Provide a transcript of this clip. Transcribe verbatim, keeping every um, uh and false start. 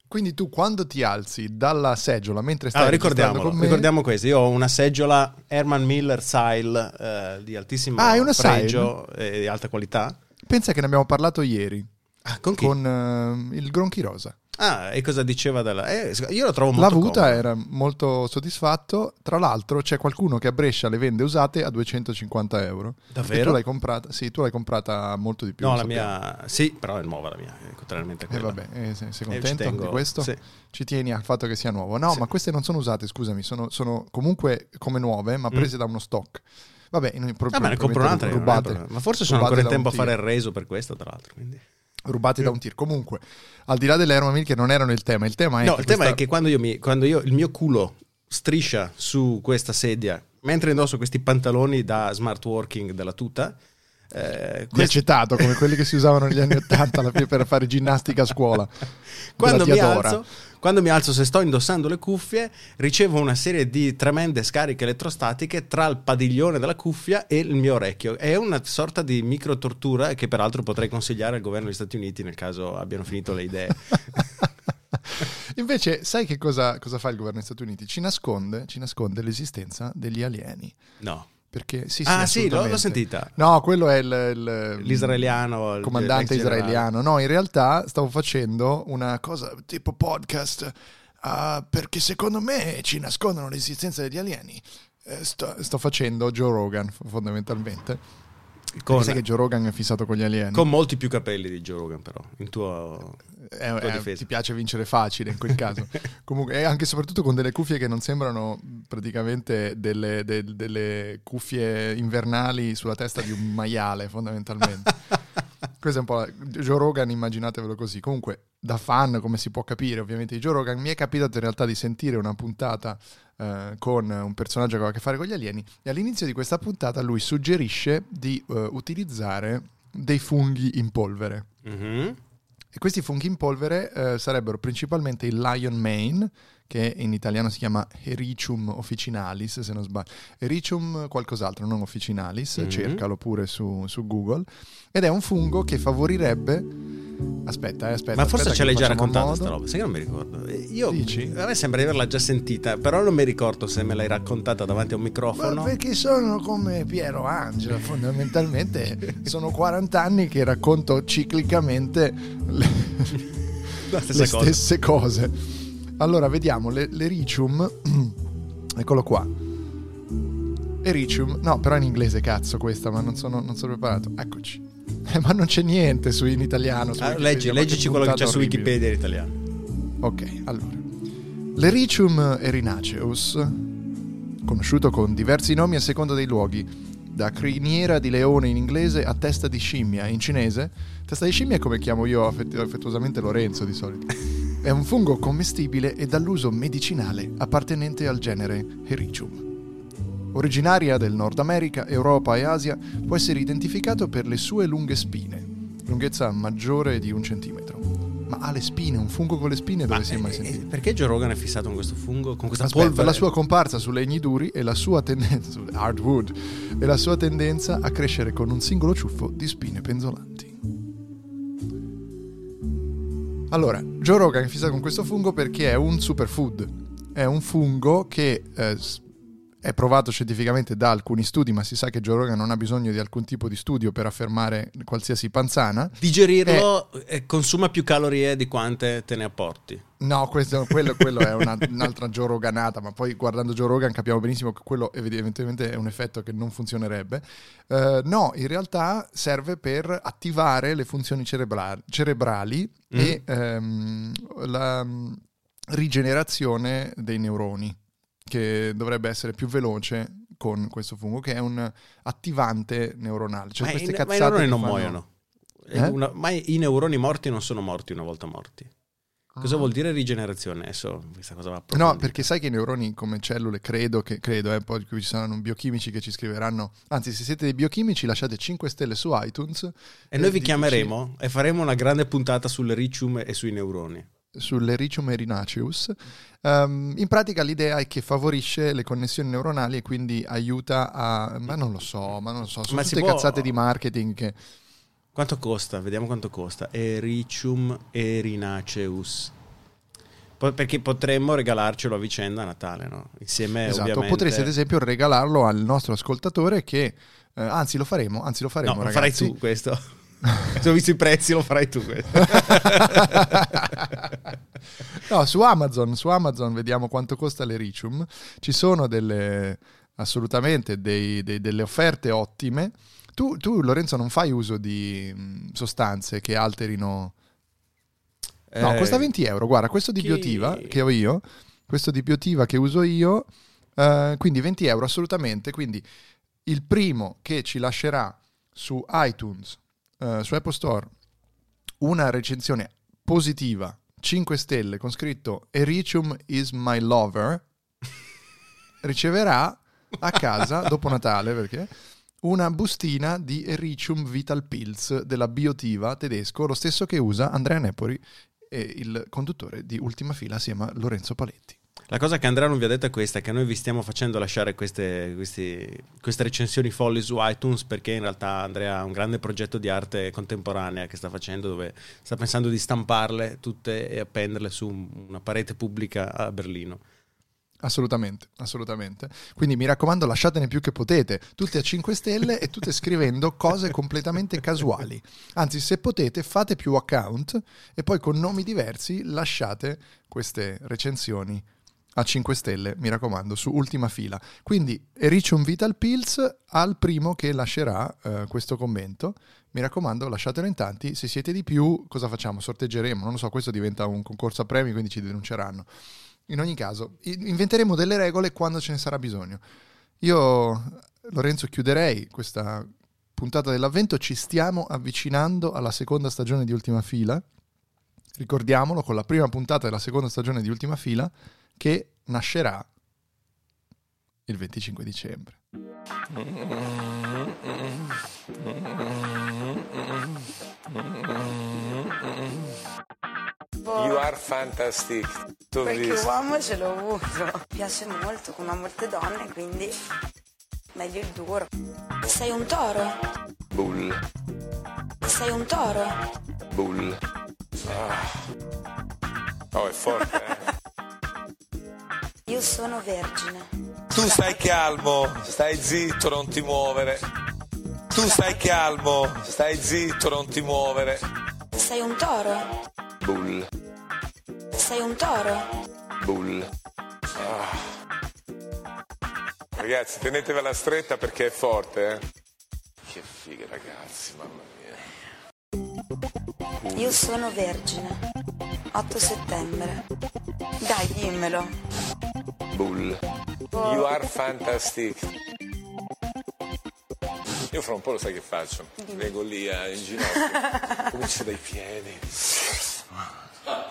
Quindi tu quando ti alzi dalla seggiola mentre stai allora, registrando con me... ricordiamo questo, io ho una seggiola Herman Miller Sile eh, di altissimo ah, è una pregio e di alta qualità. Pensa che ne abbiamo parlato ieri. Ah, con chi? Con uh, il Gronchi Rosa. Ah, e cosa diceva della... Eh, io lo trovo molto l'ha avuta, comodo. Era molto soddisfatto. Tra l'altro c'è qualcuno che a Brescia le vende usate a duecentocinquanta euro. Davvero? E tu l'hai comprata? Sì, tu l'hai comprata molto di più. No, la mia... Sì, però è nuova la mia, contrariamente a E eh, quella. vabbè, eh, sei, sei Eh, contento ci tengo, di questo? Sì. Ci tieni al fatto che sia nuovo? No, sì. ma queste non sono usate, scusami, sono, sono comunque come nuove, ma prese mm. da uno stock. Vabbè, in, pro- ah, ma ne compro un'altra, rubate. Ma forse sono ancora in tempo a fare il reso per questo, tra l'altro, quindi... rubati da un tir. Comunque, al di là delle Herman Miller che non erano il tema, il tema è no, che il tema questa... è che quando io, mi, quando io il mio culo striscia su questa sedia mentre indosso questi pantaloni da smart working della tuta eh, di acetato come quelli che si usavano negli anni ottanta per fare ginnastica a scuola, quando mi alzo Quando mi alzo, se sto indossando le cuffie, ricevo una serie di tremende scariche elettrostatiche tra il padiglione della cuffia e il mio orecchio. È una sorta di micro tortura che peraltro potrei consigliare al governo degli Stati Uniti nel caso abbiano finito le idee. Invece, sai che cosa, cosa fa il governo degli Stati Uniti? Ci nasconde, ci nasconde l'esistenza degli alieni. No. Perché sì, sì, ah sì, l'ho, l'ho sentita. No, quello è il, il l'israeliano, il comandante israeliano. No, in realtà stavo facendo una cosa tipo podcast uh, perché secondo me ci nascondono l'esistenza degli alieni. Eh, sto, sto facendo Joe Rogan fondamentalmente. Con, sai che Joe Rogan è fissato con gli alieni. Con molti più capelli di Joe Rogan, però in tuo, è, è, ti piace vincere facile in quel caso. Comunque, e anche e soprattutto con delle cuffie che non sembrano praticamente delle, delle, delle cuffie invernali sulla testa di un maiale fondamentalmente. Questo è un po' Joe Rogan, immaginatevelo così. Comunque, da fan, come si può capire ovviamente di Joe Rogan, mi è capitato in realtà di sentire una puntata eh, con un personaggio che aveva a che fare con gli alieni, e all'inizio di questa puntata lui suggerisce di uh, utilizzare dei funghi in polvere. Mm-hmm. E questi funghi in polvere eh, sarebbero principalmente il lion mane, che in italiano si chiama Hericium officinalis, se non sbaglio. Hericium qualcos'altro, non officinalis, mm-hmm. cercalo pure su, su Google. Ed è un fungo che favorirebbe... Aspetta, eh, aspetta. Ma forse aspetta ce l'hai già raccontata modo. sta roba, sai che non mi ricordo. Io, Dici? A me sembra di averla già sentita, però non mi ricordo se me l'hai raccontata davanti a un microfono. Ma perché sono come Piero Angela, fondamentalmente sono quaranta anni che racconto ciclicamente le, le stesse cose. Allora, vediamo, le, l'Hericium, eccolo qua. Hericium, no, però in inglese, cazzo, questa, ma non sono, non sono preparato. Eccoci. Eh, ma non c'è niente su in italiano. Su ah, leggi, leggici che quello che c'è orribile. Su Wikipedia in italiano. Ok, allora. L'Hericium erinaceus, conosciuto con diversi nomi a seconda dei luoghi, da criniera di leone in inglese a testa di scimmia in cinese. Testa di scimmia è come chiamo io affettuosamente Lorenzo di solito. È un fungo commestibile e dall'uso medicinale appartenente al genere Hericium. Originaria del Nord America, Europa e Asia, può essere identificato per le sue lunghe spine, lunghezza maggiore di un centimetro. Ma ha le spine, un fungo con le spine, dove Ma si è mai sentito? Perché Joe Rogan è fissato con questo fungo, con questa Aspetta, polvere? La sua comparsa su legni duri e la sua tendenza su hardwood e la sua tendenza a crescere con un singolo ciuffo di spine penzolanti. Allora, Joe Rogan è fissato con questo fungo perché è un superfood. È un fungo che eh, è provato scientificamente da alcuni studi, ma si sa che Joe Rogan non ha bisogno di alcun tipo di studio per affermare qualsiasi panzana. Digerirlo è... consuma più calorie di quante te ne apporti. No, questo, quello, quello è una, un'altra Joe Roganata, ma poi guardando Joe Rogan capiamo benissimo che quello evidentemente è un effetto che non funzionerebbe. Uh, no, in realtà serve per attivare le funzioni cerebrali, cerebrali mm. e um, la um, rigenerazione dei neuroni, che dovrebbe essere più veloce con questo fungo, che è un attivante neuronale. Cioè ma, queste i, cazzate ma i neuroni non fanno... muoiono. Eh? Una, ma i neuroni morti non sono morti una volta morti. Cosa vuol dire rigenerazione? Adesso questa cosa va No, perché sai che i neuroni come cellule, credo che credo, eh, poi ci saranno biochimici che ci scriveranno. Anzi, se siete dei biochimici lasciate cinque stelle su iTunes. E, e noi vi dici... chiameremo e faremo una grande puntata sull'Hericium e sui neuroni. Sull'Hericium erinaceus. Um, in pratica l'idea è che favorisce le connessioni neuronali e quindi aiuta a... Ma non lo so, ma non lo so, sono ma tutte può... cazzate di marketing che... Quanto costa? Vediamo quanto costa. Hericium erinaceus. po- perché potremmo regalarcelo a vicenda a Natale, no? Insieme, esatto, ovviamente. Potreste ad esempio regalarlo al nostro ascoltatore che, eh, anzi lo faremo, anzi lo faremo no, ragazzi. lo farai tu questo. Se ho visto i prezzi lo farai tu questo. No, su Amazon, su Amazon vediamo quanto costa l'Ericium. Ci sono delle assolutamente dei, dei, delle offerte ottime. Tu, tu Lorenzo non fai uso di mh, sostanze che alterino. No, eh, costa venti euro. Guarda, questo di chi... Biotiva che ho io, questo di Biotiva che uso io, eh, quindi venti euro assolutamente. Quindi il primo che ci lascerà su iTunes, eh, su Apple Store, una recensione positiva, cinque stelle, con scritto Ericium is my lover, riceverà a casa, dopo Natale, perché una bustina di Ericium Vital Pills della Biotiva tedesco, lo stesso che usa Andrea Nepori, e il conduttore di Ultima Fila assieme a Lorenzo Paletti. La cosa che Andrea non vi ha detto è questa, che noi vi stiamo facendo lasciare queste, questi, queste recensioni folli su iTunes, perché in realtà Andrea ha un grande progetto di arte contemporanea che sta facendo, dove sta pensando di stamparle tutte e appenderle su una parete pubblica a Berlino. Assolutamente, assolutamente. Quindi mi raccomando, lasciatene più che potete, tutte a cinque stelle e tutte scrivendo cose completamente casuali. Anzi, se potete, fate più account e poi con nomi diversi lasciate queste recensioni a cinque stelle, mi raccomando, su Ultima Fila. Quindi Ericium Vital Pills al primo che lascerà eh, questo commento. Mi raccomando, lasciatelo in tanti. Se siete di più, cosa facciamo? Sorteggeremo, non lo so, questo diventa un concorso a premi, quindi ci denunceranno. In ogni caso, inventeremo delle regole quando ce ne sarà bisogno. Io, Lorenzo, chiuderei questa puntata dell'avvento. Ci stiamo avvicinando alla seconda stagione di Ultima Fila. Ricordiamolo, con la prima puntata della seconda stagione di Ultima Fila, che nascerà il venticinque dicembre. You are fantastic. Qualche uomo ce l'ho avuto. Mi piace molto come a molte donne, quindi meglio il duro. Sei un toro? Bull. Sei un toro? Bull. Ah. Oh, è forte, eh? Io sono vergine. Tu stai calmo, stai zitto, non ti muovere. Tu stai calmo, stai zitto, non ti muovere. Sei un toro? Bull. Sei un toro? Bull. Ah. Ragazzi, tenetevela stretta perché è forte, eh? Che figa, ragazzi, mamma mia. Bull. Io sono vergine. otto settembre. Dai, dimmelo. Bull. You are fantastic. Io fra un po' lo sai che faccio? Vengo lì eh, in ginocchio. Comincio dai piedi.